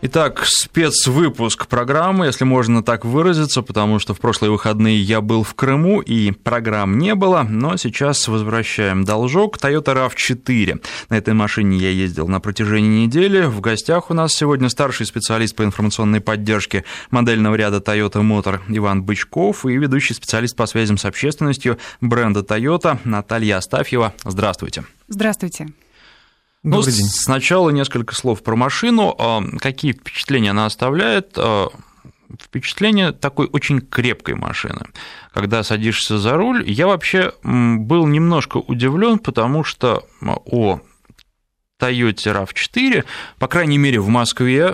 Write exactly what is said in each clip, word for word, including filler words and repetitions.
Итак, спецвыпуск программы, если можно так выразиться, потому что в прошлые выходные я был в Крыму и программ не было, но сейчас возвращаем должок. Toyota рав четыре. На этой машине я ездил на протяжении недели. В гостях у нас сегодня старший специалист по информационной поддержке модельного ряда Toyota Motor Иван Бычков и ведущий специалист по связям с общественностью бренда Toyota Наталья Астафьева. Здравствуйте. Здравствуйте. Ну, сначала несколько слов про машину. Какие впечатления она оставляет? Впечатление такой очень крепкой машины. Когда садишься за руль, я вообще был немножко удивлен, потому что о Toyota рав четыре, по крайней мере в Москве,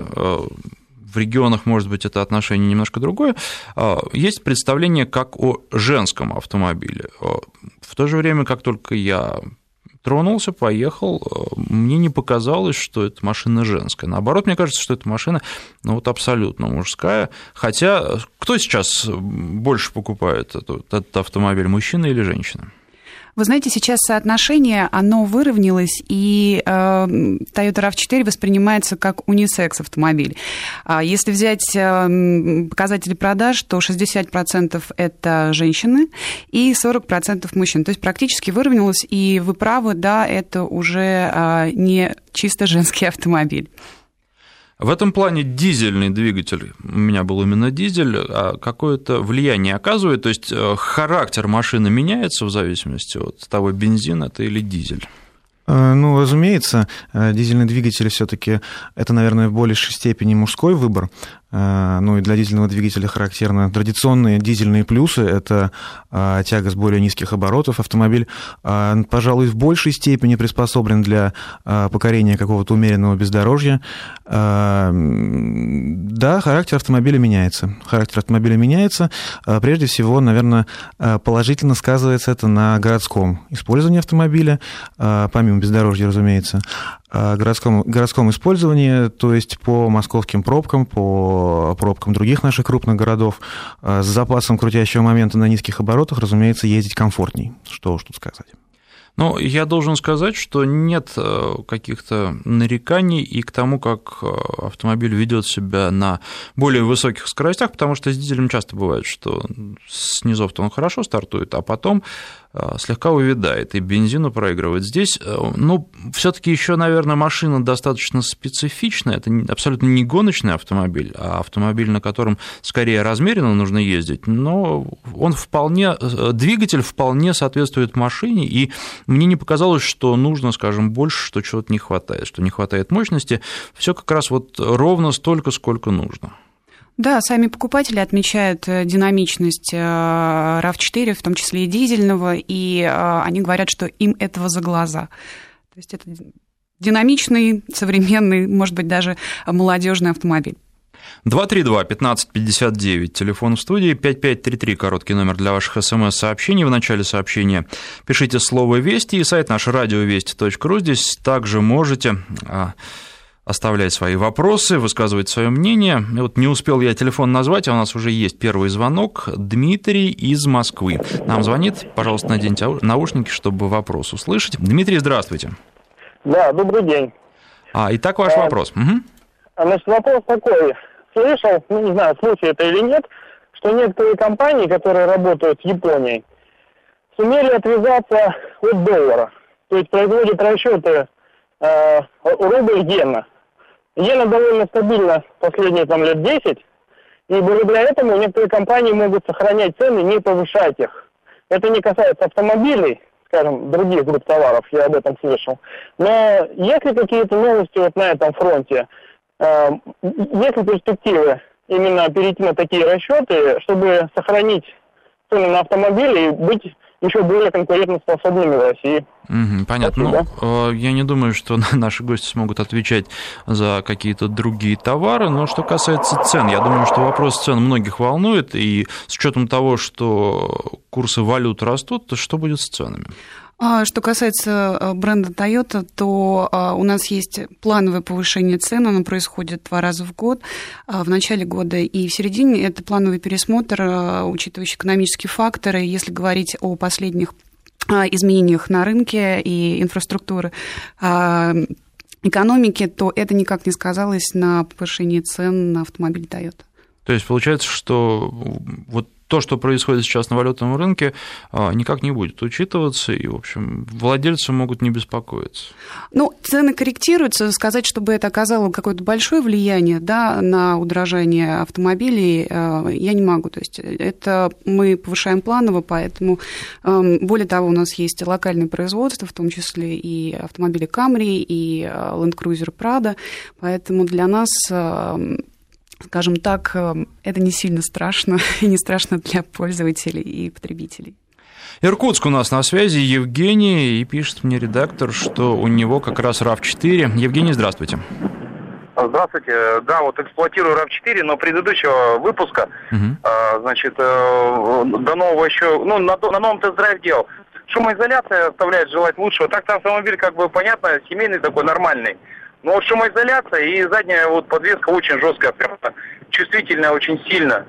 в регионах, может быть, это отношение немножко другое, есть представление как о женском автомобиле. В то же время, как только я тронулся, поехал, мне не показалось, что это машина женская. Наоборот, мне кажется, что эта машина, ну, вот абсолютно мужская. Хотя, кто сейчас больше покупает этот, этот автомобиль, мужчина или женщина? Вы знаете, сейчас соотношение, оно выровнялось, и э, Toyota рав четыре воспринимается как унисекс-автомобиль. Если взять э, показатели продаж, то шестьдесят процентов это женщины и сорок процентов мужчин. То есть практически выровнялось, и вы правы, да, это уже э, не чисто женский автомобиль. В этом плане дизельный двигатель, у меня был именно дизель, какое-то влияние оказывает, то есть характер машины меняется в зависимости от того, бензин это или дизель? Ну, разумеется, дизельный двигатель все-таки это, наверное, в большей степени мужской выбор. Ну и для дизельного двигателя характерны традиционные дизельные плюсы. Это тяга с более низких оборотов. Автомобиль, пожалуй, в большей степени приспособлен для покорения какого-то умеренного бездорожья. Да, характер автомобиля меняется. Характер автомобиля меняется. Прежде всего, наверное, положительно сказывается это на городском использовании автомобиля, помимо бездорожья, разумеется, городском, городском использовании, то есть по московским пробкам, по пробкам других наших крупных городов, с запасом крутящего момента на низких оборотах, разумеется, ездить комфортней. Что уж тут сказать. Ну, я должен сказать, что нет каких-то нареканий и к тому, как автомобиль ведет себя на более высоких скоростях, потому что с дизелем часто бывает, что с низов-то он хорошо стартует, а потом слегка увядает, и бензину проигрывает. Здесь, ну, все-таки еще, наверное, машина достаточно специфичная, это абсолютно не гоночный автомобиль, а автомобиль, на котором скорее размеренно нужно ездить, но он вполне, двигатель вполне соответствует машине, и мне не показалось, что нужно, скажем, больше, что чего-то не хватает, что не хватает мощности, все как раз вот ровно столько, сколько нужно. Да, сами покупатели отмечают динамичность рав четыре, в том числе и дизельного, и они говорят, что им этого за глаза. То есть это динамичный, современный, может быть, даже молодежный автомобиль. два три два пятнадцать пятьдесят девять, телефон в студии, пять пять три три, короткий номер для ваших смс-сообщений. В начале сообщения пишите слово «Вести» и сайт наш радиовести точка ру. Здесь также можете оставлять свои вопросы, высказывать свое мнение. И вот не успел я телефон назвать, а у нас уже есть первый звонок. Дмитрий из Москвы нам звонит. Пожалуйста, наденьте наушники, чтобы вопрос услышать. Дмитрий, здравствуйте. Да, добрый день. А, итак, ваш а, вопрос. Угу. Значит, вопрос такой. Слышал, ну не знаю, слушай это или нет, что некоторые компании, которые работают с Японией, сумели отвязаться от доллара. То есть производят расчеты э, рубль-иена. Иена довольно стабильна последние там, лет десять, и благодаря этому некоторые компании могут сохранять цены, не повышать их. Это не касается автомобилей, скажем, других групп товаров, я об этом слышал. Но есть ли какие-то новости вот на этом фронте? Есть ли перспективы именно перейти на такие расчеты, чтобы сохранить цены на автомобили и быть еще более конкурентоспособными в России? Угу, понятно. Ну, я не думаю, что наши гости смогут отвечать за какие-то другие товары, но что касается цен, я думаю, что вопрос цен многих волнует, и с учетом того, что курсы валют растут, то что будет с ценами? Что касается бренда Toyota, то у нас есть плановое повышение цен, оно происходит два раза в год, в начале года и в середине. Это плановый пересмотр, учитывающий экономические факторы. Если говорить о последних изменениях на рынке и инфраструктуры экономики, то это никак не сказалось на повышении цен на автомобили Toyota. То есть получается, что вот то, что происходит сейчас на валютном рынке, никак не будет учитываться, и, в общем, владельцы могут не беспокоиться. Ну, цены корректируются, сказать, чтобы это оказало какое-то большое влияние, да, на удорожание автомобилей, я не могу. То есть это мы повышаем планово, поэтому, более того, у нас есть локальное производство, в том числе и автомобили Camry, и Land Cruiser Prado, поэтому для нас... Скажем так, это не сильно страшно, и не страшно для пользователей и потребителей. Иркутск у нас на связи, Евгений, и пишет мне редактор, что у него как раз рав четыре. Евгений, здравствуйте. Здравствуйте. Да, вот эксплуатирую рав четыре, но предыдущего выпуска, uh-huh. значит, до нового еще, ну, на, на новом тест-драйв делал. Шумоизоляция оставляет желать лучшего. Так-то автомобиль, как бы, понятно, семейный такой, нормальный. Но вот шумоизоляция и задняя вот подвеска очень жесткая, чувствительная очень сильно.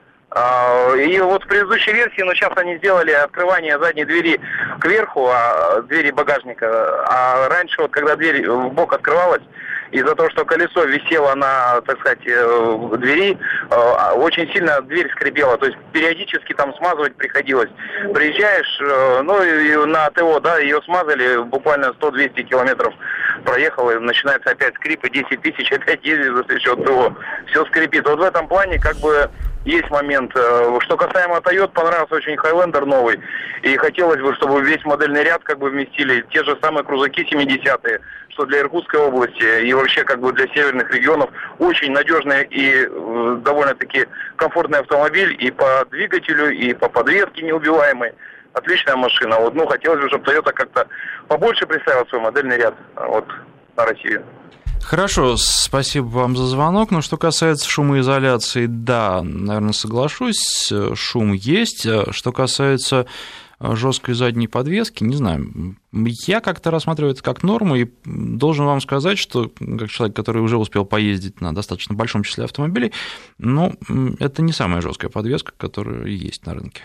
И вот в предыдущей версии, но сейчас они сделали открывание задней двери кверху, а, двери багажника. А раньше, вот когда дверь в бок открывалась, из-за того, что колесо висело на, так сказать, двери, очень сильно дверь скрипела. То есть периодически там смазывать приходилось. Приезжаешь, ну и на ТО, да, ее смазали, буквально сто-двести километров проехал, и начинается опять скрип, и десять тысяч опять ездит за счет ТО. Все скрипит. Вот в этом плане как бы есть момент. Что касаемо Toyota, понравился очень Highlander новый. И хотелось бы, чтобы весь модельный ряд как бы вместили те же самые крузаки семидесятые, что для Иркутской области и вообще как бы для северных регионов очень надежный и э, довольно-таки комфортный автомобиль и по двигателю, и по подвеске неубиваемый. Отличная машина. Вот, ну, хотелось бы, чтобы Toyota как-то побольше представила свой модельный ряд вот, на Россию. Хорошо, спасибо вам за звонок. Но что касается шумоизоляции, да, наверное, соглашусь, шум есть. Что касается жесткой задней подвески, не знаю, я как-то рассматриваю это как норму, и должен вам сказать, что как человек, который уже успел поездить на достаточно большом числе автомобилей, ну, это не самая жесткая подвеска, которая есть на рынке.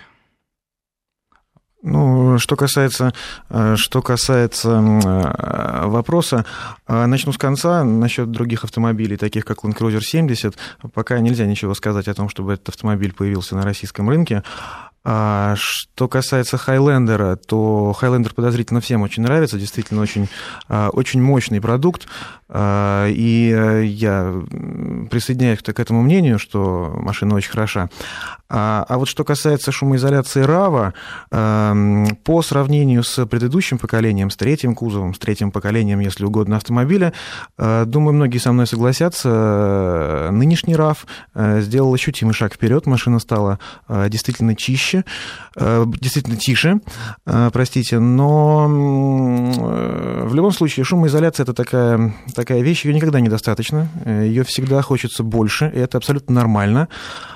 Ну, что касается, что касается вопроса, начну с конца. Насчет других автомобилей, таких как Land Cruiser семьдесят, пока нельзя ничего сказать о том, чтобы этот автомобиль появился на российском рынке. А что касается Highlander, то Highlander подозрительно всем очень нравится, действительно очень, очень мощный продукт, и я присоединяюсь к этому мнению, что машина очень хороша. А, а вот что касается шумоизоляции рава, по сравнению с предыдущим поколением, с третьим кузовом, с третьим поколением, если угодно, автомобиля, думаю, многие со мной согласятся, нынешний рав сделал ощутимый шаг вперед, машина стала действительно чище, действительно тише, простите, но в любом случае шумоизоляция – это такая, такая вещь, ее никогда недостаточно, ее всегда хочется больше, и это абсолютно нормально.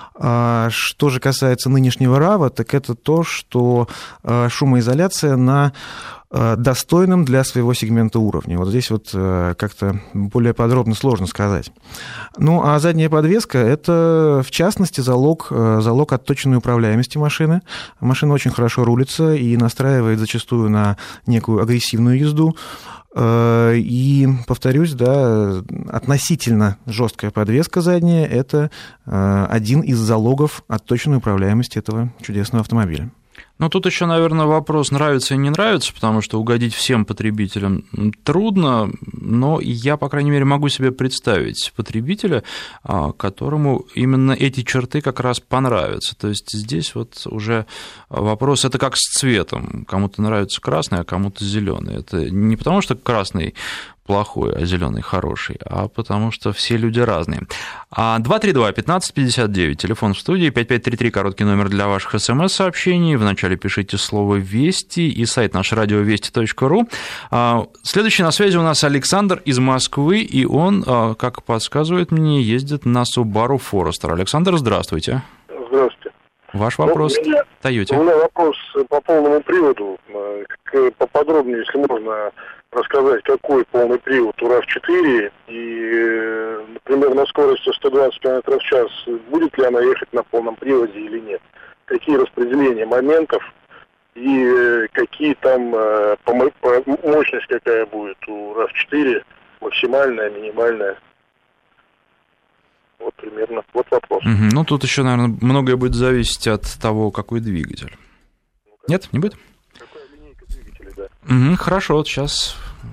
Что же касается нынешнего рава, так это то, что шумоизоляция на достойном для своего сегмента уровне. Вот здесь вот как-то более подробно сложно сказать. Ну, а задняя подвеска – это, в частности, залог, залог отточенной управляемости машины. Машина очень хорошо рулится и настраивает зачастую на некую агрессивную езду. И, повторюсь, да, относительно жесткая подвеска задняя – это один из залогов отточенной управляемости этого чудесного автомобиля. Но тут еще, наверное, вопрос нравится и не нравится, потому что угодить всем потребителям трудно, но я, по крайней мере, могу себе представить потребителя, которому именно эти черты как раз понравятся. То есть здесь вот уже вопрос, это как с цветом, кому-то нравится красный, а кому-то зеленый. Это не потому, что красный плохой, а зеленый хороший, а потому что все люди разные. два три два пятнадцать пятьдесят девять, телефон в студии, пять пять три три, короткий номер для ваших смс-сообщений. Вначале пишите слово «Вести» и сайт наш радиовести точка ру. Следующий на связи у нас Александр из Москвы, и он, как подсказывает мне, ездит на Subaru Forester. Александр, здравствуйте. Здравствуйте. Ваш вопрос, ну, меня, Toyota. У меня вопрос по полному приводу. Поподробнее, если можно, рассказать, какой полный привод у рав четыре и, например, на скорости сто двадцать километров в час будет ли она ехать на полном приводе или нет. Какие распределения моментов и какие там по мощность какая будет у рав четыре максимальная, минимальная. Вот примерно, вот вопрос. Угу. Ну, тут еще, наверное, многое будет зависеть от того, какой двигатель. Ну, Нет, не будет? Какая линейка двигателей, да. Угу, хорошо, вот сейчас...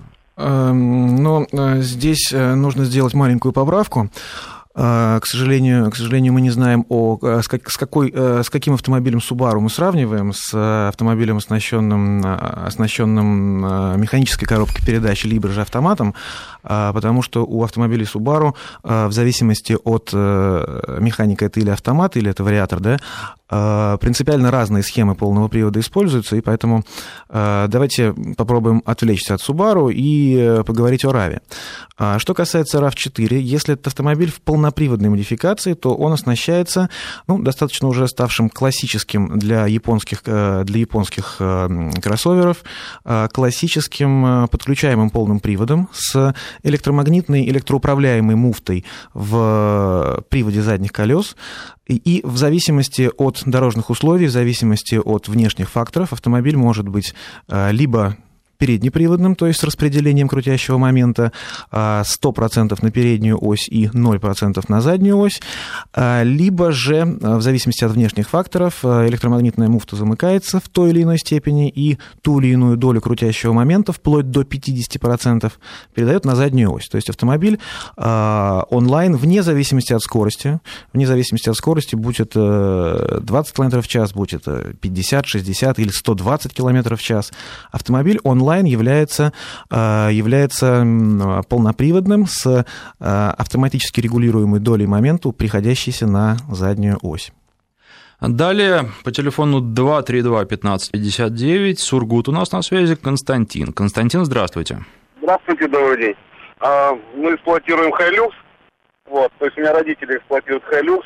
Но здесь нужно сделать маленькую поправку. К сожалению, к сожалению, мы не знаем, о, с, как, с, какой, с каким автомобилем Subaru мы сравниваем, с автомобилем, оснащенным, оснащенным механической коробкой передач, либо же автоматом, потому что у автомобилей Subaru, в зависимости от механика, это или автомат, или это вариатор, да, принципиально разные схемы полного привода используются, и поэтому давайте попробуем отвлечься от Subaru и поговорить о рав. Что касается рав четыре, если этот автомобиль в полноприводной модификации, то он оснащается, ну, достаточно уже ставшим классическим для японских, для японских кроссоверов, классическим подключаемым полным приводом с электромагнитной электроуправляемой муфтой в приводе задних колес. И в зависимости от дорожных условий, в зависимости от внешних факторов, автомобиль может быть либо переднеприводным, то есть с распределением крутящего момента сто процентов на переднюю ось и ноль процентов на заднюю ось, либо же, в зависимости от внешних факторов, электромагнитная муфта замыкается в той или иной степени и ту или иную долю крутящего момента, вплоть до пятьдесят процентов, передает на заднюю ось. То есть автомобиль онлайн, вне зависимости от скорости, вне зависимости от скорости, будь это двадцать километров в час, будь это пятьдесят, шестьдесят или сто двадцать километров в час, автомобиль онлайн является, является полноприводным с автоматически регулируемой долей момента, приходящейся на заднюю ось. Далее по телефону два три два пятнадцать пятьдесят девять Сургут у нас на связи Константин. Константин, здравствуйте. Здравствуйте, добрый день. Мы эксплуатируем Hilux, вот, то есть у меня родители эксплуатируют Hilux.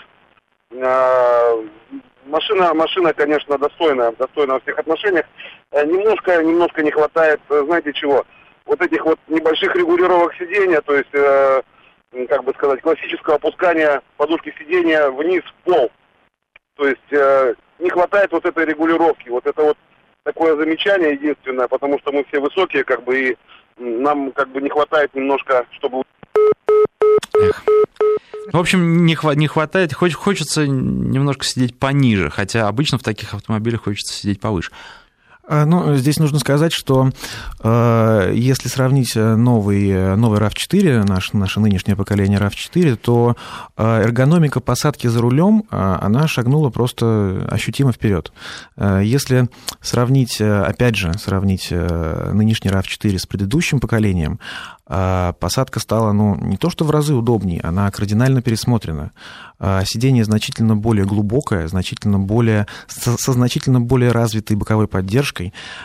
Машина, машина, конечно, достойная, достойна во всех отношениях. Немножко, немножко не хватает, знаете чего, вот этих вот небольших регулировок сидения, то есть, э, как бы сказать, классического опускания подушки сидения вниз в пол. То есть э, не хватает вот этой регулировки, вот это вот такое замечание единственное, потому что мы все высокие, как бы, и нам как бы не хватает немножко, чтобы... Эх. В общем, не хватает, хочется немножко сидеть пониже, хотя обычно в таких автомобилях хочется сидеть повыше. Ну, здесь нужно сказать, что э, если сравнить новый, новый рав четыре, наш, наше нынешнее поколение рав четыре, то э, эргономика посадки за рулем, э, она шагнула просто ощутимо вперед. Э, если сравнить, опять же, сравнить э, нынешний рав четыре с предыдущим поколением, э, посадка стала, ну, не то что в разы удобнее, она кардинально пересмотрена. Э, сиденье значительно более глубокое, значительно более, со, со значительно более развитой боковой поддержкой.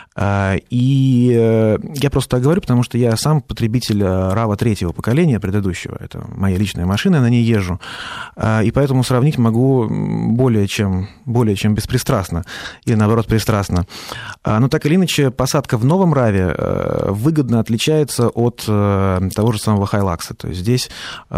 И я просто так говорю, потому что я сам потребитель рава третьего поколения предыдущего. Это моя личная машина, я на ней езжу. И поэтому сравнить могу более чем, более чем беспристрастно. Или, наоборот, пристрастно. Но так или иначе, посадка в новом раве выгодно отличается от того же самого Hilux. То есть здесь,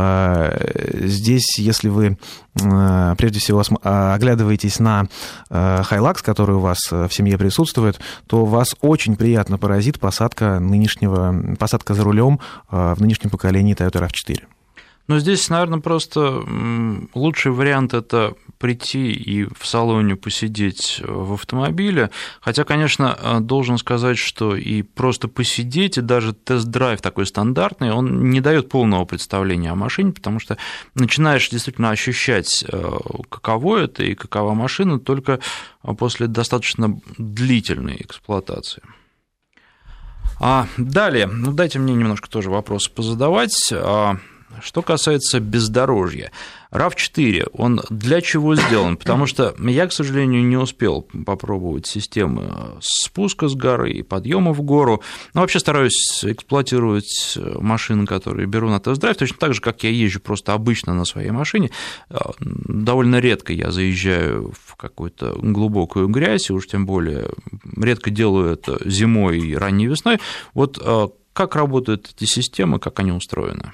здесь если вы прежде всего оглядываетесь на Hilux, который у вас в семье присутствует, то вас очень приятно поразит посадка нынешнего, посадка за рулем в нынешнем поколении Toyota рав четыре. Но здесь, наверное, просто лучший вариант – это прийти и в салоне посидеть в автомобиле. Хотя, конечно, должен сказать, что и просто посидеть, и даже тест-драйв такой стандартный, он не дает полного представления о машине, потому что начинаешь действительно ощущать, каково это и какова машина, только после достаточно длительной эксплуатации. А далее, ну, дайте мне немножко тоже вопросы позадавать. Что касается бездорожья, рав четыре, он для чего сделан? Потому что я, к сожалению, не успел попробовать системы спуска с горы и подъема в гору. Но вообще стараюсь эксплуатировать машины, которые беру на тест-драйв, точно так же, как я езжу просто обычно на своей машине. Довольно редко я заезжаю в какую-то глубокую грязь, и уж тем более редко делаю это зимой и ранней весной. Вот как работают эти системы, как они устроены?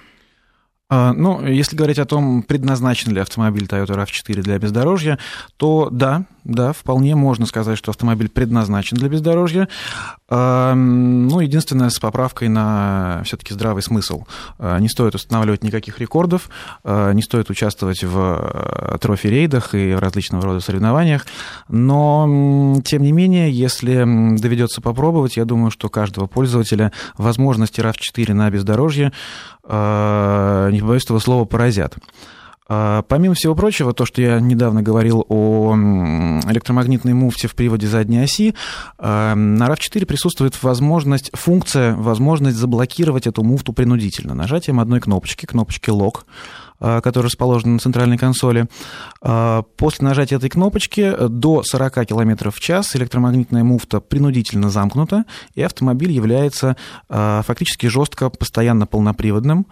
Ну, если говорить о том, предназначен ли автомобиль Toyota рав четыре для бездорожья, то да, да, вполне можно сказать, что автомобиль предназначен для бездорожья. Ну, единственное, с поправкой на все-таки здравый смысл. Не стоит устанавливать никаких рекордов, не стоит участвовать в трофи-рейдах и в различного рода соревнованиях, но, тем не менее, если доведется попробовать, я думаю, что каждого пользователя возможности рав четыре на бездорожье, не побоюсь этого слова, поразят. Помимо всего прочего, то, что я недавно говорил о электромагнитной муфте в приводе задней оси, на рав четыре присутствует возможность, функция, возможность заблокировать эту муфту принудительно нажатием одной кнопочки, кнопочки «Лок», которая расположена на центральной консоли. После нажатия этой кнопочки до сорок километров в час электромагнитная муфта принудительно замкнута, и автомобиль является фактически жестко, постоянно полноприводным,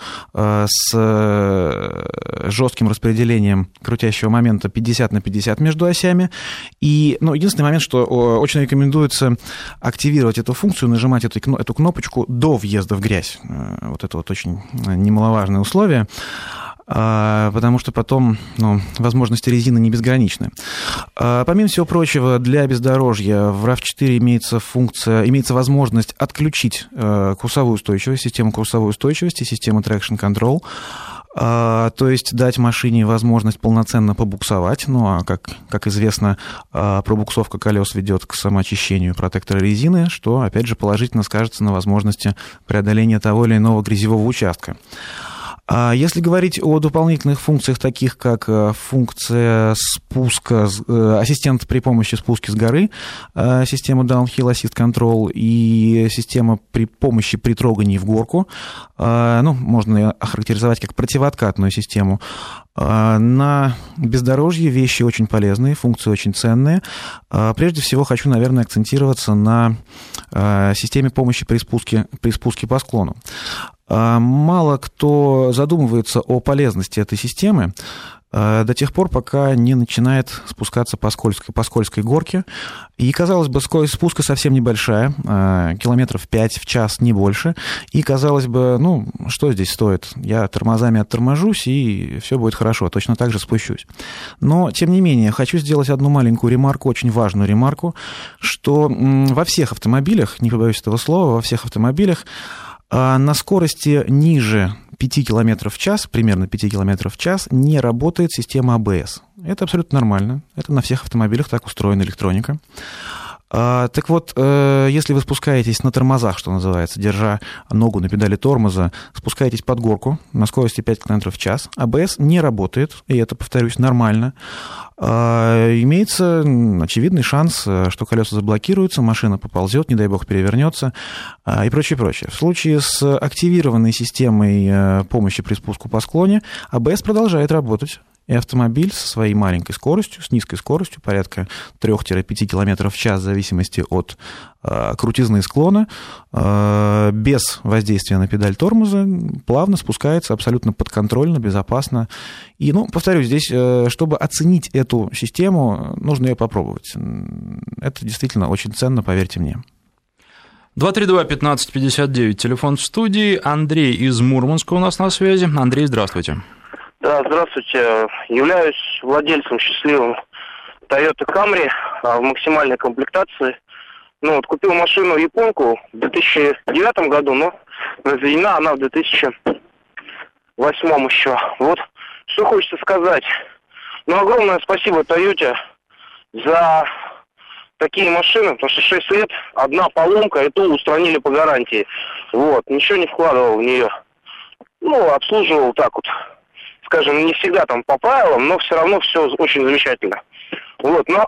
с жестким распределением крутящего момента пятьдесят на пятьдесят между осями. И, ну, единственный момент, что очень рекомендуется активировать эту функцию, нажимать эту, эту кнопочку до въезда в грязь. Вот это вот очень немаловажное условие, потому что потом, ну, возможности резины не безграничны. Помимо всего прочего, для бездорожья в рав четыре имеется функция, имеется возможность отключить курсовую устойчивость, систему курсовой устойчивости, систему traction control, то есть дать машине возможность полноценно побуксовать. Ну, а как, как известно, пробуксовка колес ведет к самоочищению протектора резины, что, опять же, положительно скажется на возможности преодоления того или иного грязевого участка. Если говорить о дополнительных функциях, таких как функция спуска, ассистент при помощи спуска с горы, система Downhill Assist Control и система при помощи при трогании в горку, ну, можно охарактеризовать как противооткатную систему, на бездорожье вещи очень полезные, функции очень ценные. Прежде всего хочу, наверное, акцентироваться на системе помощи при спуске, при спуске по склону. Мало кто задумывается о полезности этой системы до тех пор, пока не начинает спускаться по скользкой, по скользкой горке. И, казалось бы, скорость спуска совсем небольшая, километров пять в час, не больше. И, казалось бы, ну, что здесь стоит? Я тормозами отторможусь, и все будет хорошо, точно так же спущусь. Но, тем не менее, хочу сделать одну маленькую ремарку, очень важную ремарку, что во всех автомобилях, не побоюсь этого слова, во всех автомобилях на скорости ниже пяти километров в час, примерно пяти километров в час, не работает система а бэ эс. Это абсолютно нормально. Это на всех автомобилях так устроена электроника. Так вот, если вы спускаетесь на тормозах, что называется, держа ногу на педали тормоза, спускаетесь под горку на скорости пять километров в час, а бэ эс не работает, и это, повторюсь, нормально. Имеется очевидный шанс, что колеса заблокируются, машина поползет, не дай бог перевернется и прочее, прочее. В случае с активированной системой помощи при спуску по склоне а бэ эс продолжает работать. И автомобиль со своей маленькой скоростью, с низкой скоростью, порядка три-пять километров в час, в зависимости от э, крутизны склона, э, без воздействия на педаль тормоза, плавно спускается, абсолютно подконтрольно, безопасно. И, ну, повторюсь, здесь, э, чтобы оценить эту систему, нужно ее попробовать. Это действительно очень ценно, поверьте мне. два три два пятнадцать пятьдесят девять, телефон в студии. Андрей из Мурманска у нас на связи. Андрей, здравствуйте. Да, здравствуйте. Являюсь владельцем счастливым Toyota Camry в максимальной комплектации. Ну, вот купил машину японку в две тысячи девятом году, но произведена она в две тысячи восьмом еще. Вот, что хочется сказать. Ну, огромное спасибо Toyota за такие машины, потому что шесть лет, одна поломка, и ту устранили по гарантии. Вот, ничего не вкладывал в нее. Ну, обслуживал так вот. Скажем, не всегда там по правилам, но все равно все очень замечательно. Вот, но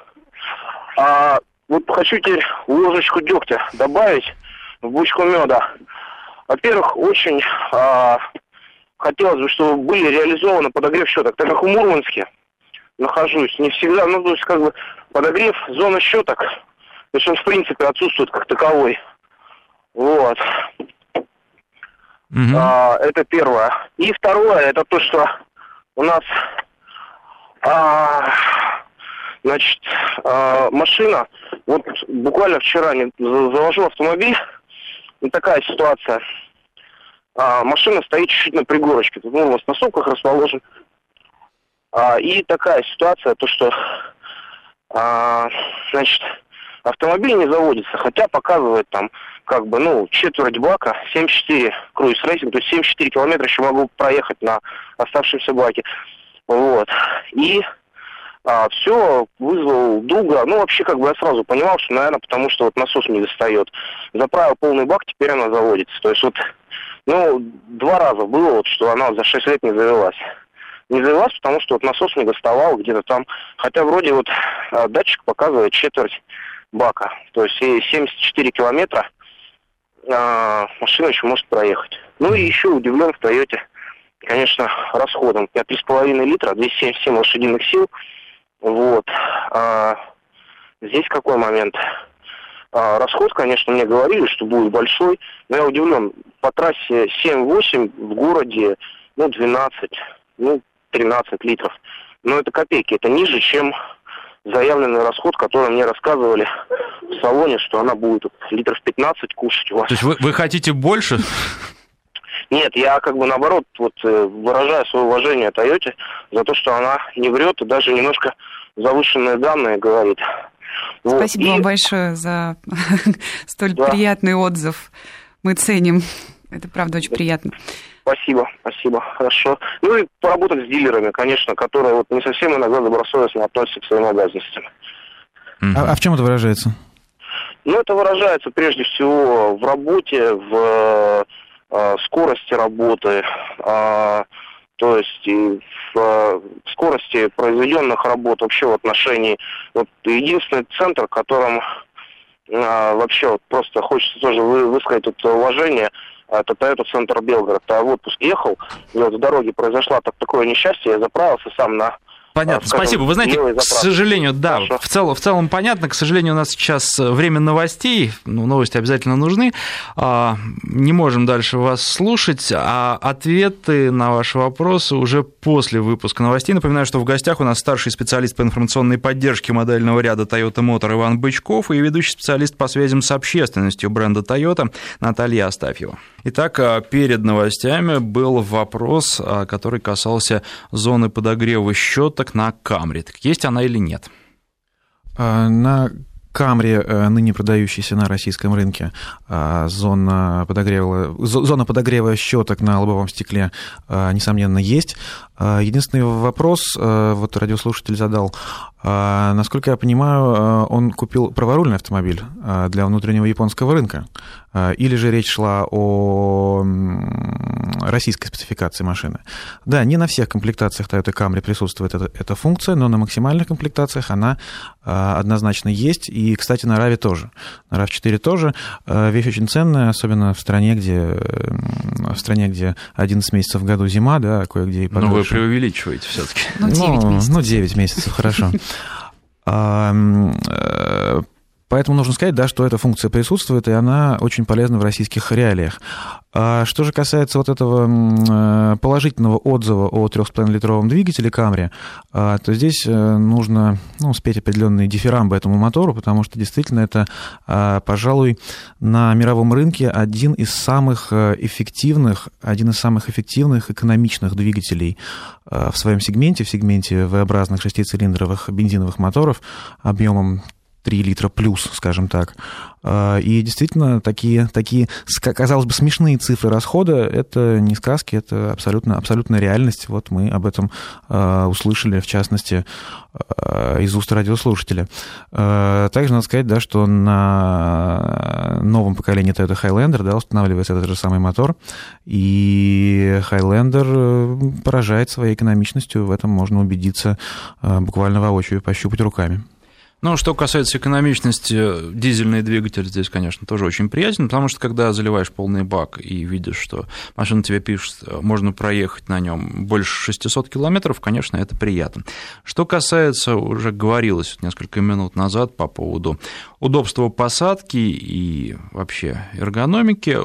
а, вот хочу теперь ложечку дегтя добавить в бочку меда. Во-первых, очень а, хотелось бы, чтобы были реализованы подогрев щеток. Так как в Мурманске нахожусь, не всегда, ну, то есть, как бы, подогрев зоны щеток, то есть он, в принципе, отсутствует как таковой. Вот. Uh-huh. А, это первое. И второе, это то, что у нас а, значит, а, машина, вот буквально вчера не, завожу автомобиль, и такая ситуация. А, машина стоит чуть-чуть на пригорочке, тут, ну, у нас на сопках расположен. А, и такая ситуация, то, что а, значит, автомобиль не заводится, хотя показывает там, как бы, ну, четверть бака, семьдесят четыре круиз-рейсинг, то есть семьдесят четыре километра еще могу проехать на оставшемся баке. Вот. И а, все, вызвал друга. Ну, вообще, как бы я сразу понимал, что, наверное, потому что вот насос не достает. Заправил полный бак, теперь она заводится. То есть вот, ну, два раза было, вот, что она за шесть лет не завелась. Не завелась, потому что вот насос не доставал где-то там. Хотя вроде вот а, датчик показывает четверть бака. То есть семьдесят четыре километра а, машина еще может проехать. Ну и еще удивлен в Тойоте, конечно, расходом. Я три с половиной литра, двести семьдесят семь лошадиных сил. Вот. А, здесь какой момент? А, расход, конечно, мне говорили, что будет большой, но я удивлен. По трассе семь-восемь, в городе, ну, двенадцать, ну, тринадцать литров. Но это копейки, это ниже, чем заявленный расход, который мне рассказывали в салоне, что она будет литров пятнадцать кушать у вас. То есть вы, вы хотите больше? Нет, я как бы наоборот вот выражаю свое уважение Тойоте за то, что она не врет и даже немножко завышенные данные говорит. Спасибо вот. вам и... большое за столь да. приятный отзыв. Мы ценим. Это правда очень приятно. Спасибо, спасибо, хорошо. Ну и поработать с дилерами, конечно, которые вот не совсем иногда добросовестно относятся к своим обязанностям. А, а в чем это выражается? Ну, это выражается прежде всего в работе, в э, скорости работы, э, то есть и в э, скорости произведенных работ вообще в отношении. Вот единственный центр, которым э, вообще вот просто хочется тоже вы, высказать это уважение, это Toyota Центр Белгород. Я в отпуск ехал, и вот в дороге произошло так, такое несчастье, я заправился сам на... Понятно, скажем, спасибо. Вы знаете, к сожалению, да, в целом, в целом понятно, к сожалению, у нас сейчас время новостей, ну, новости обязательно нужны, не можем дальше вас слушать, а ответы на ваши вопросы уже после выпуска новостей. Напоминаю, что в гостях у нас старший специалист по информационной поддержке модельного ряда Toyota Motor Иван Бычков и ведущий специалист по связям с общественностью бренда Toyota Наталья Астафьева. Итак, перед новостями был вопрос, который касался зоны подогрева щеток на Камри. Так есть она или нет? На Камри, ныне продающейся на российском рынке, зона подогрева, зона подогрева щеток на лобовом стекле, несомненно, есть. Единственный вопрос, вот радиослушатель задал, насколько я понимаю, он купил праворульный автомобиль для внутреннего японского рынка, или же речь шла о российской спецификации машины. Да, не на всех комплектациях Toyota Camry присутствует эта, эта функция, но на максимальных комплектациях она однозначно есть, и, кстати, на рав тоже. На рав четыре тоже. Вещь очень ценная, особенно в стране, где, в стране, где одиннадцать месяцев в году зима, да, кое-где и подольше. Но вы преувеличиваете все-таки. Ну, девять месяцев. Ну, девять месяцев, хорошо. Поэтому нужно сказать, да, что эта функция присутствует, и она очень полезна в российских реалиях. А что же касается вот этого положительного отзыва о трёх с половиной литровом двигателе Camry, то здесь нужно, ну, спеть определенные дифирамбы этому мотору, потому что действительно это, пожалуй, на мировом рынке один из самых эффективных, один из самых эффективных экономичных двигателей в своем сегменте, в сегменте V-образных шестицилиндровых бензиновых моторов объемом три литра плюс, скажем так. И действительно, такие, такие, казалось бы, смешные цифры расхода, это не сказки, это абсолютно, абсолютная реальность. Вот мы об этом услышали, в частности, из уст радиослушателя. Также надо сказать, да, что на новом поколении Toyota Highlander, да, устанавливается этот же самый мотор, и Highlander поражает своей экономичностью, в этом можно убедиться буквально воочию, пощупать руками. Ну, что касается экономичности, дизельный двигатель здесь, конечно, тоже очень приятен, потому что, когда заливаешь полный бак и видишь, что машина тебе пишет, можно проехать на нем больше шестисот километров, конечно, это приятно. Что касается, уже говорилось несколько минут назад по поводу удобства посадки и вообще эргономики,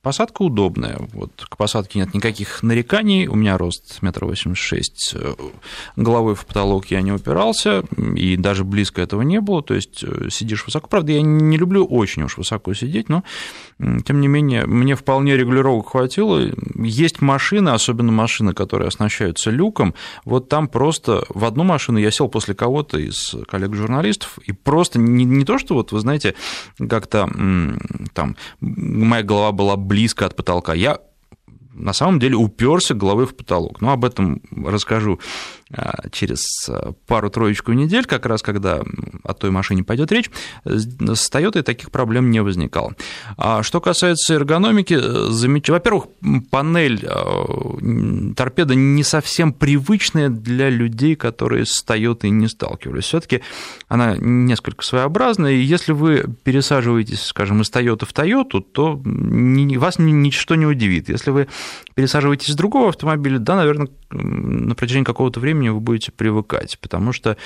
Посадка удобная, вот, к посадке нет никаких нареканий, у меня рост метр восемьдесят шесть, головой в потолок я не упирался, и даже близко этого не было, то есть сидишь высоко. Правда, я не люблю очень уж высоко сидеть, но, тем не менее, мне вполне регулировок хватило. Есть машины, особенно машины, которые оснащаются люком, вот там просто в одну машину я сел после кого-то из коллег-журналистов, и просто не, не то, что вот, вы знаете, как-то там моя голова была близко от потолка, я на самом деле уперся головой в потолок. Но об этом расскажу через пару-троечку недель, как раз когда о той машине пойдет речь. С Toyota таких проблем не возникало. А что касается эргономики, замеч... во-первых, панель торпеда не совсем привычная для людей, которые с Toyota не сталкивались. Все-таки она несколько своеобразная, и если вы пересаживаетесь, скажем, из Toyota в Toyota, то вас ничто не удивит. Если вы пересаживаетесь из другого автомобиля, да, наверное, на протяжении какого-то времени вы будете привыкать, потому что,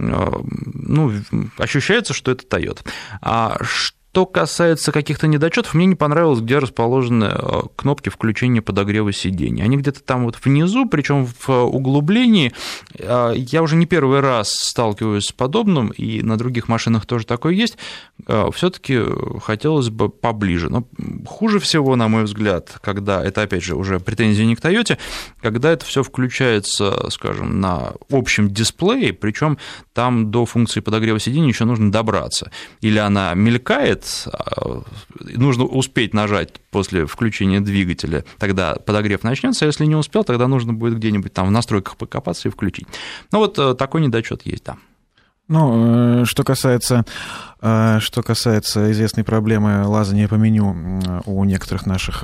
ну, ощущается, что это Toyota. А что касается каких-то недочетов, мне не понравилось, где расположены кнопки включения подогрева сидений. Они где-то там вот внизу, причем в углублении. Я уже не первый раз сталкиваюсь с подобным, и на других машинах тоже такое есть. Все-таки хотелось бы поближе. Но хуже всего, на мой взгляд, когда это, опять же, уже претензии не к Toyota, когда это все включается, скажем, на общем дисплее, причем там до функции подогрева сидений еще нужно добраться. Или она мелькает, нужно успеть нажать после включения двигателя, тогда подогрев начнется, а если не успел, тогда нужно будет где-нибудь там в настройках покопаться и включить. Ну вот такой недочет есть, да. Ну, что касается, что касается известной проблемы лазания по меню у некоторых наших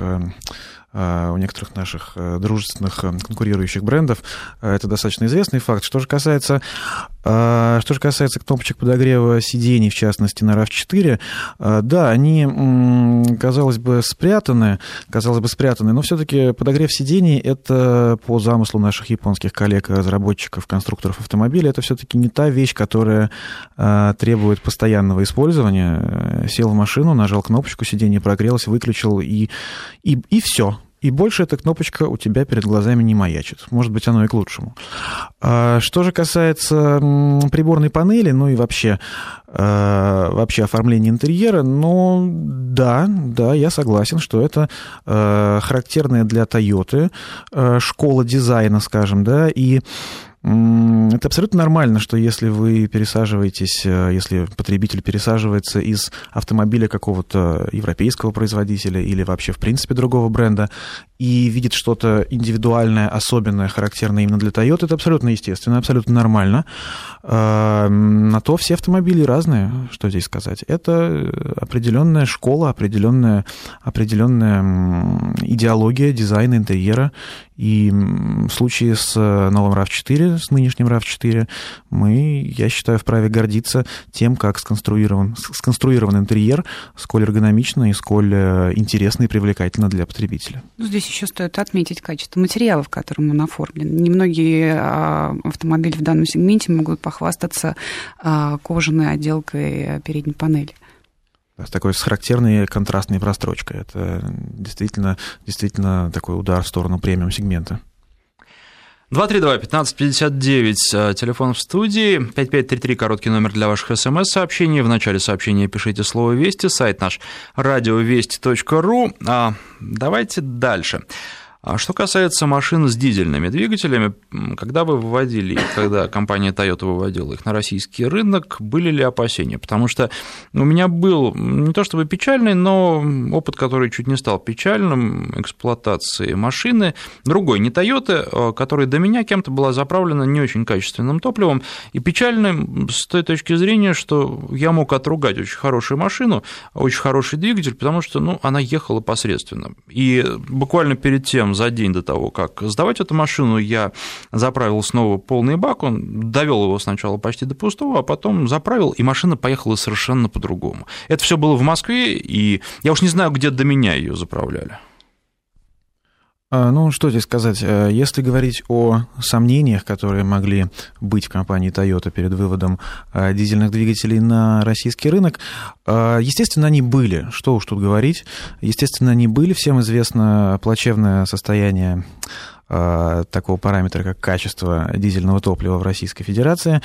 у некоторых наших дружественных конкурирующих брендов, это достаточно известный факт. Что же касается, что же касается кнопочек подогрева сидений, в частности, на рав четыре, да, они, казалось бы, спрятаны, казалось бы, спрятаны, но все-таки подогрев сидений — это по замыслу наших японских коллег, разработчиков, конструкторов автомобиля, это все-таки не та вещь, которая требует постоянного использования. Сел в машину, нажал кнопочку, сиденье прогрелось, выключил, и, и, и все. И больше эта кнопочка у тебя перед глазами не маячит. Может быть, оно и к лучшему. Что же касается приборной панели, ну и вообще, вообще оформления интерьера, ну да, да, я согласен, что это характерная для Toyota школа дизайна, скажем, да, и это абсолютно нормально, что если вы пересаживаетесь, если потребитель пересаживается из автомобиля какого-то европейского производителя или вообще, в принципе, другого бренда и видит что-то индивидуальное, особенное, характерное именно для Toyota, это абсолютно естественно, абсолютно нормально. На то все автомобили разные, что здесь сказать. Это определенная школа, определенная, определенная идеология дизайна интерьера. И в случае с новым рав четыре, с нынешним рав четыре, мы, я считаю, вправе гордиться тем, как сконструирован, сконструирован интерьер, сколь эргономично и сколь интересно и привлекательно для потребителя. Здесь еще стоит отметить качество материалов, которым он оформлен. Немногие автомобили в данном сегменте могут похвастаться кожаной отделкой передней панели. С такой с характерной контрастной прострочкой. Это действительно, действительно такой удар в сторону премиум-сегмента. два три два пятнадцать пятьдесят девять, телефон в студии, пять пять три три, короткий номер для ваших смс-сообщений. В начале сообщения пишите слово «Вести», сайт наш радиовести точка ру. Давайте дальше. Что касается машин с дизельными двигателями, когда вы выводили, когда компания Toyota выводила их на российский рынок, были ли опасения? Потому что у меня был не то чтобы печальный, но опыт, который чуть не стал печальным, эксплуатации машины, другой, не Toyota, которая до меня кем-то была заправлена не очень качественным топливом, и печальным с той точки зрения, что я мог отругать очень хорошую машину, очень хороший двигатель, потому что ну, она ехала посредственно. И буквально перед тем, за день до того, как сдавать эту машину, я заправил снова полный бак, он довел его сначала почти до пустого, а потом заправил, и машина поехала совершенно по-другому. Это все было в Москве, и я уж не знаю, где до меня ее заправляли. Ну, что здесь сказать? Если говорить о сомнениях, которые могли быть в компании Toyota перед выводом дизельных двигателей на российский рынок, естественно, они были. Что уж тут говорить. Естественно, они были. Всем известно плачевное состояние такого параметра, как качество дизельного топлива в Российской Федерации.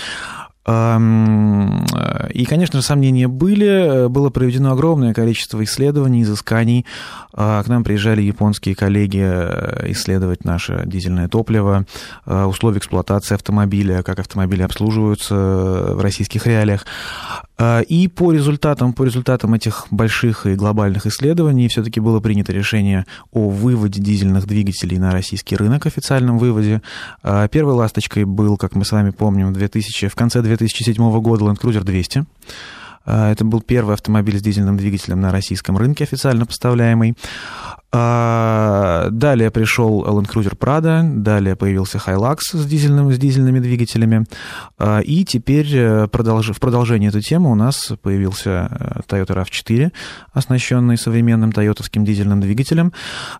И, конечно же, сомнения были. Было проведено огромное количество исследований, изысканий. К нам приезжали японские коллеги исследовать наше дизельное топливо, условия эксплуатации автомобиля, как автомобили обслуживаются в российских реалиях. И по результатам, по результатам этих больших и глобальных исследований все-таки было принято решение о выводе дизельных двигателей на российский рынок, официальном выводе. Первой ласточкой был, как мы с вами помним, в, две тысячи, в конце две тысячи седьмого года Land Cruiser двести. Это был первый автомобиль с дизельным двигателем на российском рынке, официально поставляемый. Далее пришел Land Cruiser Prado, далее появился Hilux с, дизельным, с дизельными двигателями. И теперь продолж, в продолжении этой темы у нас появился Toyota рав четыре, оснащенный современным тойотовским дизельным двигателем.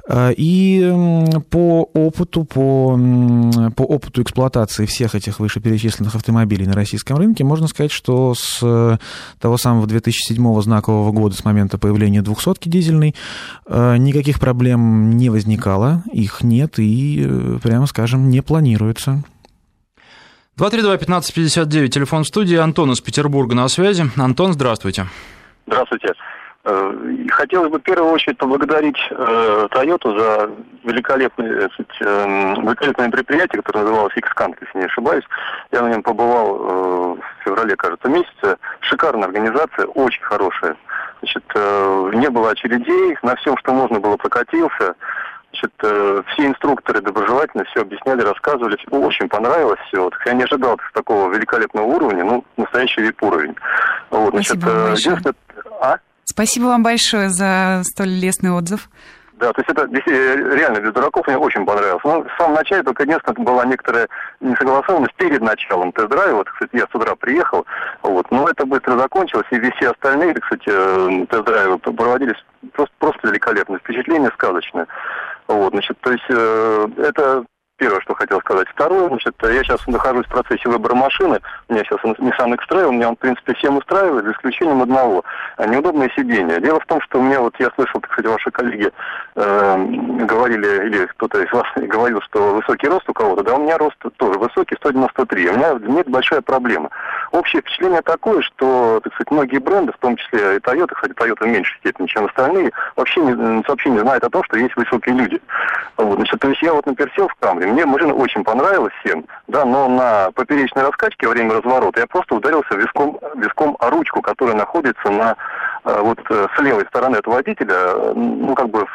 И по опыту, по, по опыту эксплуатации всех этих вышеперечисленных автомобилей на российском рынке можно сказать, что с того самого две тысячи седьмого знакового года, с момента появления двухсотки дизельной, никаких проблем не возникало, их нет и, прямо скажем, не планируется. два три два пятнадцать пятьдесят девять, телефон в студии. Антон из Петербурга на связи. Антон, здравствуйте. Здравствуйте. Хотелось бы в первую очередь поблагодарить Toyota за великолепное, великолепное предприятие, которое называлось X-Camp, если не ошибаюсь. Я на нем побывал в феврале, кажется, месяце. Шикарная организация, очень хорошая. Значит, не было очередей, на всем, что можно было, прокатился. Значит, все инструкторы доброжелательно все объясняли, рассказывали. Очень понравилось все. Вот, я не ожидал такого великолепного уровня, ну, настоящий вип-уровень. Вот, значит, единственное... А? Спасибо вам большое за столь лестный отзыв. Да, то есть это реально без дураков, мне очень понравилось. Ну, в самом начале только единственное была некоторая несогласованность перед началом тест-драйва. Вот, кстати, я с утра приехал, вот, но это быстро закончилось, и все остальные, кстати, тест-драйвы проводились просто, просто великолепно, впечатление сказочное. Вот, значит, то есть это первое, что хотел сказать. Второе, значит, я сейчас нахожусь в процессе выбора машины. У меня сейчас Nissan X-Trail, меня он, в принципе, всем устраивает, за исключением одного. Неудобное сиденье. Дело в том, что у меня, вот я слышал, кстати, ваши коллеги э, говорили, или кто-то из вас говорил, что высокий рост у кого-то. Да, у меня рост тоже высокий, сто девяносто три. У меня нет большая проблема. Общее впечатление такое, что, так сказать, многие бренды, в том числе и Toyota, кстати, Toyota в меньшей степени, чем остальные, вообще не, вообще не знают о том, что есть высокие люди. Вот, значит, то есть я вот, например, сел в Камри, мне машина очень понравилась всем, да, но на поперечной раскачке во время разворота я просто ударился виском, виском о ручку, которая находится на, вот, с левой стороны от водителя, ну, как бы,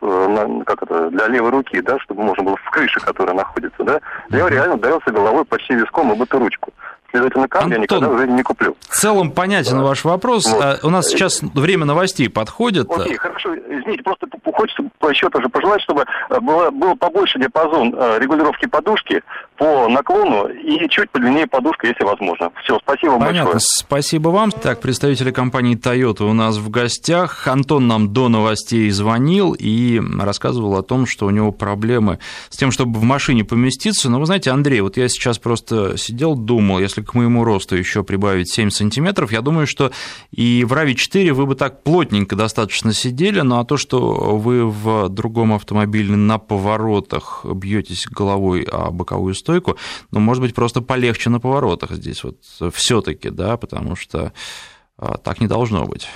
на, как это, для левой руки, да, чтобы можно было в крыше, которая находится, да, я реально ударился головой почти виском об эту ручку. Следовательно, Камри я никогда уже не куплю. В целом понятен да. ваш вопрос. Вот. У нас сейчас время новостей подходит. Окей, хорошо. Извините, просто хочется еще тоже пожелать, чтобы было, было побольше диапазон регулировки подушки по наклону и чуть подлиннее подушка, если возможно. Все, спасибо вам Понятно. большое. Спасибо вам. Так, представители компании Toyota у нас в гостях. Антон нам до новостей звонил и рассказывал о том, что у него проблемы с тем, чтобы в машине поместиться. Но вы знаете, Андрей, вот я сейчас просто сидел, думал, если к моему росту еще прибавить семь сантиметров, я думаю, что и в рав четыре вы бы так плотненько достаточно сидели, ну а то, что вы в другом автомобиле на поворотах бьетесь головой о боковую стойку, ну, может быть, просто полегче на поворотах здесь вот все-таки, да, потому что так не должно быть.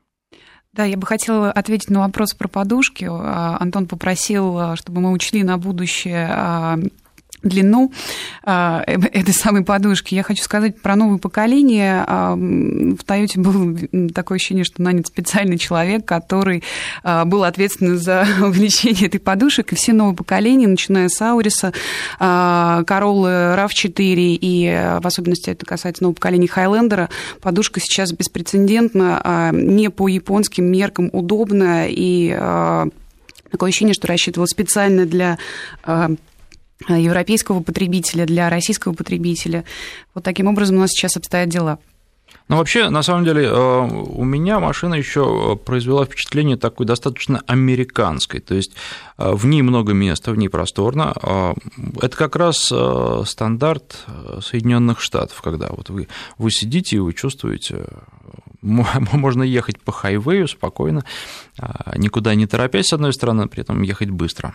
Да, я бы хотела ответить на вопрос про подушки. Антон попросил, чтобы мы учли на будущее длину э, этой самой подушки. Я хочу сказать про новое поколение. Э, в Toyota было такое ощущение, что нанят специальный человек, который э, был ответственен за увеличение этой подушек. И все новые поколения, начиная с Ауриса, э, Corolla рав четыре и, э, в особенности, это касается нового поколения Highlander, подушка сейчас беспрецедентна, э, не по японским меркам удобная, и э, такое ощущение, что рассчитывала специально для э, европейского потребителя, для российского потребителя. Вот таким образом у нас сейчас обстоят дела. Ну, вообще, на самом деле, у меня машина еще произвела впечатление такой достаточно американской, то есть в ней много места, в ней просторно. Это как раз стандарт Соединенных Штатов, когда вот вы, вы сидите и вы чувствуете, можно ехать по хайвею спокойно, никуда не торопясь, с одной стороны, при этом ехать быстро.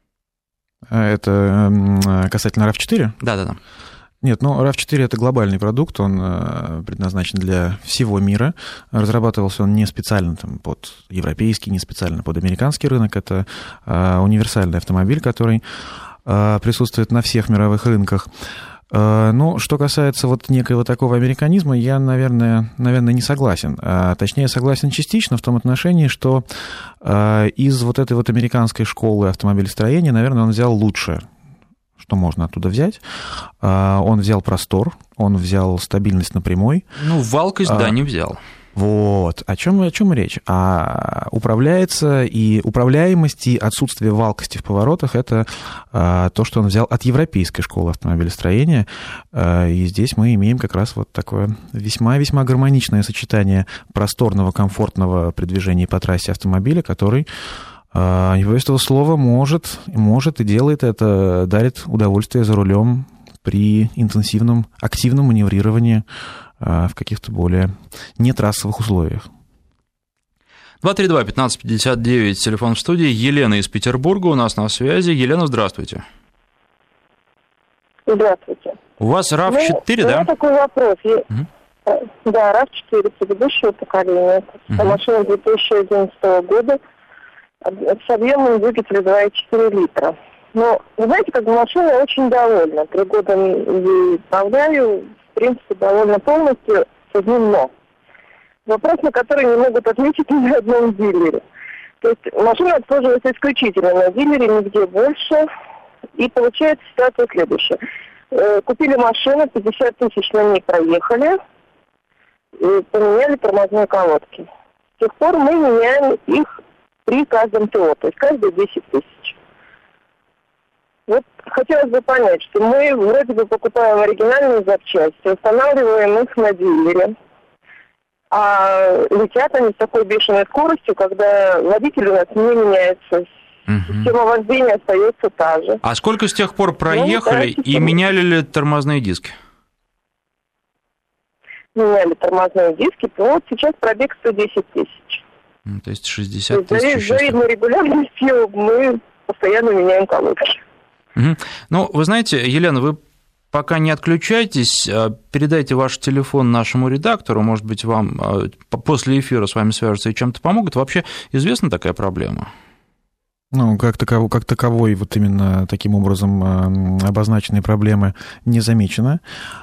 Это касательно рав четыре? Да-да-да. Нет, ну рав четыре это глобальный продукт, он предназначен для всего мира. Разрабатывался он не специально там, под европейский, не специально под американский рынок. Это универсальный автомобиль, который присутствует на всех мировых рынках. Ну, что касается вот некоего такого американизма, я, наверное, наверное, не согласен. Точнее, согласен частично в том отношении, что из вот этой вот американской школы автомобилестроения, наверное, он взял лучшее, что можно оттуда взять. Он взял простор, он взял стабильность на прямой. Ну, валкость, а, да, не взял. Вот. О чем, о чем речь? А управляется и управляемость, и отсутствие валкости в поворотах – это а, то, что он взял от европейской школы автомобилестроения. А, и здесь мы имеем как раз вот такое весьма-весьма гармоничное сочетание просторного, комфортного передвижения по трассе автомобиля, который, не боюсь этого слова, может, может и делает это, дарит удовольствие за рулем при интенсивном, активном маневрировании в каких-то более нетрассовых условиях. два три два пятнадцать пятьдесят девять, телефон в студии. Елена из Петербурга у нас на связи. Елена, здравствуйте. Здравствуйте. У вас рав четыре, ну, да? У меня такой вопрос. Угу. Да, рав четыре предыдущего поколения. Это угу. машина две тысячи одиннадцатого года с объемом двигателя два и четыре литра. Но, вы знаете, как бы машина очень довольна. Три года ей управляю, в принципе, довольно полностью, с одним но. Вопрос, на который не могут отметить ни на одном дилере. То есть машина обслуживается исключительно на дилере, нигде больше. И получается ситуация следующая. Купили машину, пятьдесят тысяч на ней проехали, и поменяли тормозные колодки. С тех пор мы меняем их при каждом ТО, то есть каждые десять тысяч. Вот хотелось бы понять, что мы вроде бы покупаем оригинальные запчасти, устанавливаем их на дилере, а летят они с такой бешеной скоростью, когда водитель у нас не меняется, угу. Система вождения остается та же. А сколько с тех пор проехали, ну, да, и меняли ли тормозные диски? Меняли тормозные диски, вот сейчас пробег сто десять тысяч. Ну, то есть шестьдесят тысяч. За видимой регулярностью мы постоянно меняем колодки. Угу. Ну, вы знаете, Елена, вы пока не отключайтесь, передайте ваш телефон нашему редактору, может быть, вам после эфира с вами свяжутся и чем-то помогут. Вообще известна такая проблема? Ну, как таковой, как таковой вот именно таким образом обозначенной проблемы не замечено.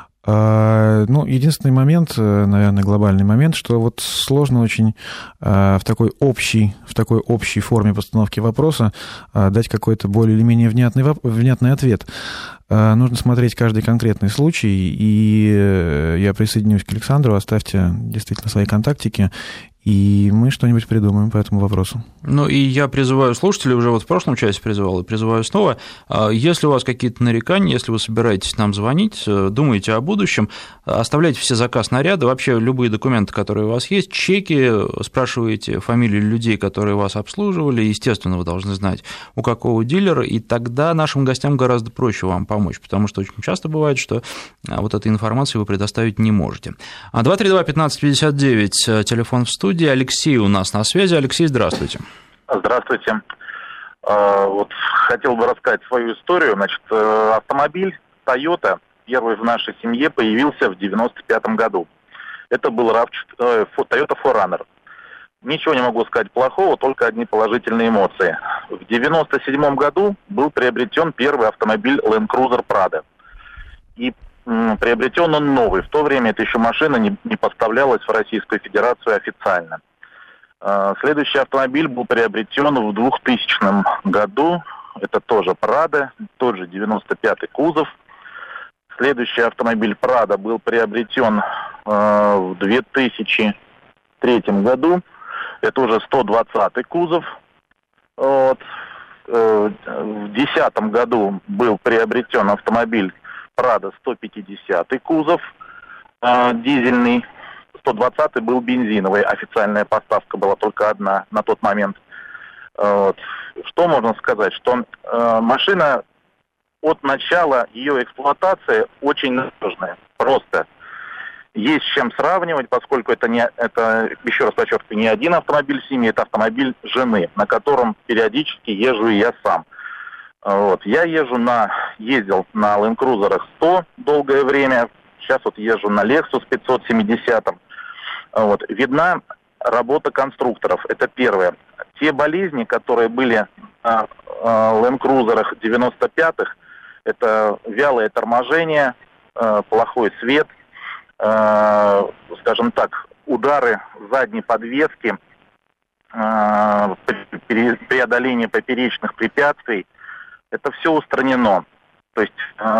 Ну, единственный момент, наверное, глобальный момент, что вот сложно очень в такой общей, в такой общей форме постановки вопроса дать какой-то более или менее внятный, внятный ответ. Нужно смотреть каждый конкретный случай, и я присоединюсь к Александру, оставьте действительно свои контактики, и мы что-нибудь придумаем по этому вопросу. Ну, и я призываю слушателей, уже вот в прошлом часе призывал, и призываю снова, если у вас какие-то нарекания, если вы собираетесь нам звонить, думаете о будущем, оставляйте все заказ наряда, вообще любые документы, которые у вас есть, чеки, спрашиваете фамилии людей, которые вас обслуживали, естественно, вы должны знать, у какого дилера, и тогда нашим гостям гораздо проще вам помочь, потому что очень часто бывает, что вот этой информации вы предоставить не можете. два три два пятнадцать пятьдесят девять, телефон в студии. Алексей у нас на связи. Алексей, здравствуйте. Здравствуйте. Вот хотел бы рассказать свою историю. Значит, автомобиль Toyota, первый в нашей семье, появился в девяносто пятом году. Это был рав, Toyota фор раннер. Ничего не могу сказать плохого, только одни положительные эмоции. В девяносто седьмом году был приобретен первый автомобиль Land Cruiser Prado. И приобретен он новый. В то время эта еще машина не, не поставлялась в Российскую Федерацию официально. Следующий автомобиль был приобретен в двухтысячном году. Это тоже Prado, тот же девяносто пятый кузов. Следующий автомобиль Prado был приобретен в две тысячи третьем году. Это уже сто двадцатый кузов. Вот. В две тысячи десятом году был приобретен автомобиль Prado сто пятидесятый кузов, э, дизельный. сто двадцатый был бензиновый, официальная поставка была только одна на тот момент. Вот. Что можно сказать? Что э, машина от начала ее эксплуатации очень надежная, просто. Есть с чем сравнивать, поскольку это, не, это, еще раз подчеркиваю, не один автомобиль семьи, это автомобиль жены, на котором периодически езжу и я сам. Вот. Я езжу на, ездил на Land Cruiser сто долгое время, сейчас вот езжу на Lexus пятьсот семьдесят. Вот. Видна работа конструкторов, это первое. Те болезни, которые были на Land Cruiser девяносто пятых, это вялое торможение, плохой свет, скажем так, удары задней подвески, преодоление поперечных препятствий, это все устранено. То есть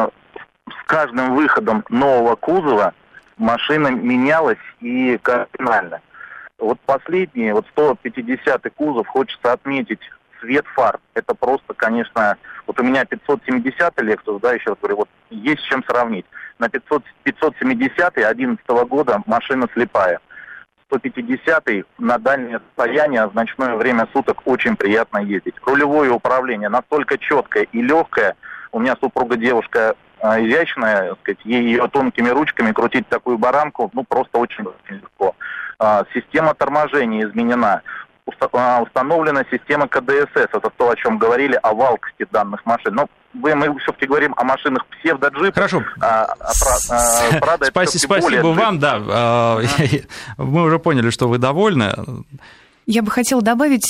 с каждым выходом нового кузова машина менялась и кардинально. Вот последний, вот сто пятидесятый кузов, хочется отметить цвет фар. Это просто, конечно, вот у меня пятьсот семидесятый Lexus, да, еще раз говорю, вот есть с чем сравнить. На пятьсот, пятьсот семидесятый две тысячи одиннадцатого года машина слепая. сто пятидесятый на дальнее расстояние, в ночное время суток очень приятно ездить. Рулевое управление настолько четкое и легкое. У меня супруга девушка а, изящная, так сказать, ей ее тонкими ручками крутить такую баранку, ну, просто очень-очень легко. А, система торможения изменена. Установлена система ка дэ эс эс, это то, о чем говорили, о валкости данных машин. Но мы, мы все-таки говорим о машинах псевдоджип. Хорошо. А, а, а, Прада Спасибо, спасибо вам, да. А. Мы уже поняли, что вы довольны. Я бы хотела добавить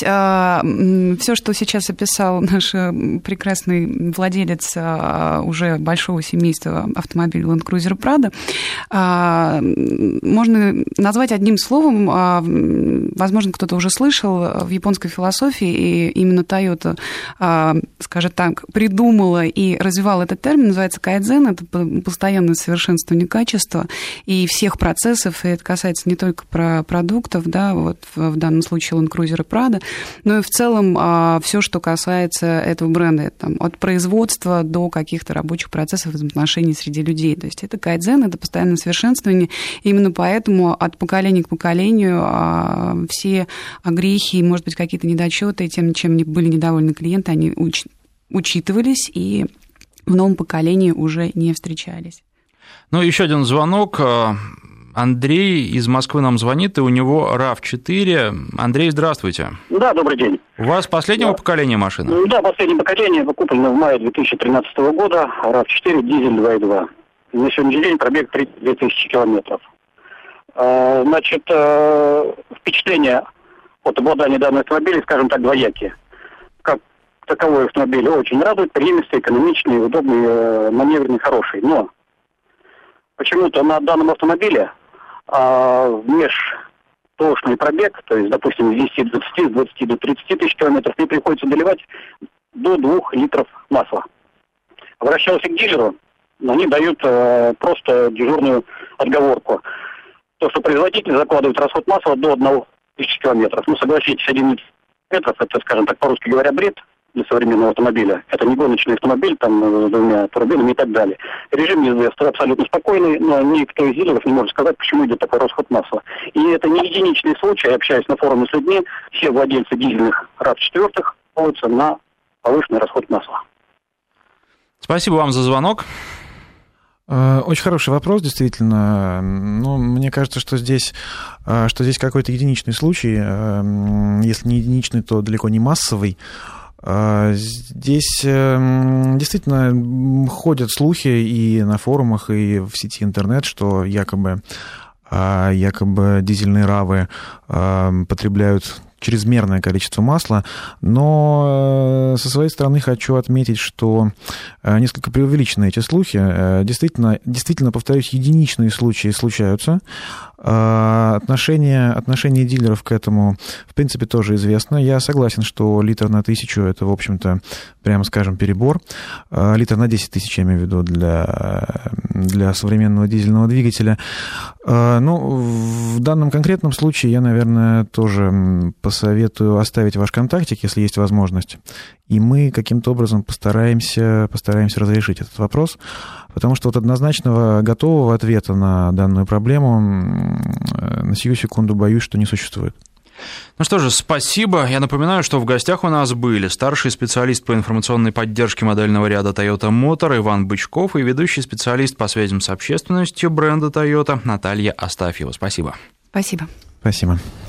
э, все, что сейчас описал наш прекрасный владелец э, уже большого семейства автомобилей Land Cruiser Prado. Э, можно назвать одним словом, э, возможно, кто-то уже слышал, в японской философии, и именно Toyota, э, скажем так, придумала и развивала этот термин, называется кайдзен, это постоянное совершенствование качества и всех процессов, и это касается не только про продуктов, да, вот в данном случае Land Cruiser Prado, но и в целом а, все, что касается этого бренда, там, от производства до каких-то рабочих процессов и взаимоотношений среди людей. То есть это кайдзен, это постоянное совершенствование. И именно поэтому от поколения к поколению а, все огрехи, может быть, какие-то недочеты, тем, чем были недовольны клиенты, они уч- учитывались и в новом поколении уже не встречались. Ну, еще один звонок. Андрей из Москвы нам звонит, и у него рав четыре. Андрей, здравствуйте. Да, добрый день. У вас последнего да. поколения машина? Да, последнее поколение, куплено в мае две тысячи тринадцатого года, рав четыре, дизель два и два. На сегодняшний день пробег тридцать две тысячи километров. Значит, впечатления от обладания данного автомобиля, скажем так, двоякие. Как таковой автомобиль очень радует, приемистый, экономичный, удобный, маневренный, хороший. Но почему-то на данном автомобиле а, межтошный пробег, то есть, допустим, с десяти до двадцати, с двадцати до тридцати тысяч километров, мне приходится доливать до двух литров масла. Обращался к дилеру, они дают а, просто дежурную отговорку. То, что производитель закладывает расход масла до одной тысячи километров. Ну, согласитесь, один литр, это, скажем так, по-русски говоря, бред для современного автомобиля. Это не гоночный автомобиль, там, с двумя турбинами и так далее. Режим езды абсолютно спокойный, но никто из дилеров не может сказать, почему идет такой расход масла. И это не единичный случай. Я общаюсь на форуме с людьми, все владельцы дизельных рав четыре жалуются на повышенный расход масла. Спасибо вам за звонок. Очень хороший вопрос, действительно. Но мне кажется, что здесь, что здесь какой-то единичный случай. Если не единичный, то далеко не массовый. Здесь действительно ходят слухи и на форумах, и в сети интернет, что якобы, якобы дизельные равы потребляют чрезмерное количество масла, но со своей стороны хочу отметить, что несколько преувеличены эти слухи. Действительно, действительно, повторюсь, единичные случаи случаются. Отношение, отношение дилеров к этому, в принципе, тоже известно. Я согласен, что литр на тысячу – это, в общем-то, прямо скажем, перебор. Литр на десять тысяч, я имею в виду, для, для современного дизельного двигателя. Ну, в данном конкретном случае я, наверное, тоже посоветую оставить ваш контактик, если есть возможность. И мы каким-то образом постараемся, постараемся разрешить этот вопрос, потому что вот однозначного готового ответа на данную проблему на сию секунду боюсь, что не существует. Ну что же, спасибо. Я напоминаю, что в гостях у нас были старший специалист по информационной поддержке модельного ряда Toyota Motor Иван Бычков и ведущий специалист по связям с общественностью бренда Toyota Наталья Астафьева. Спасибо. Спасибо. Спасибо.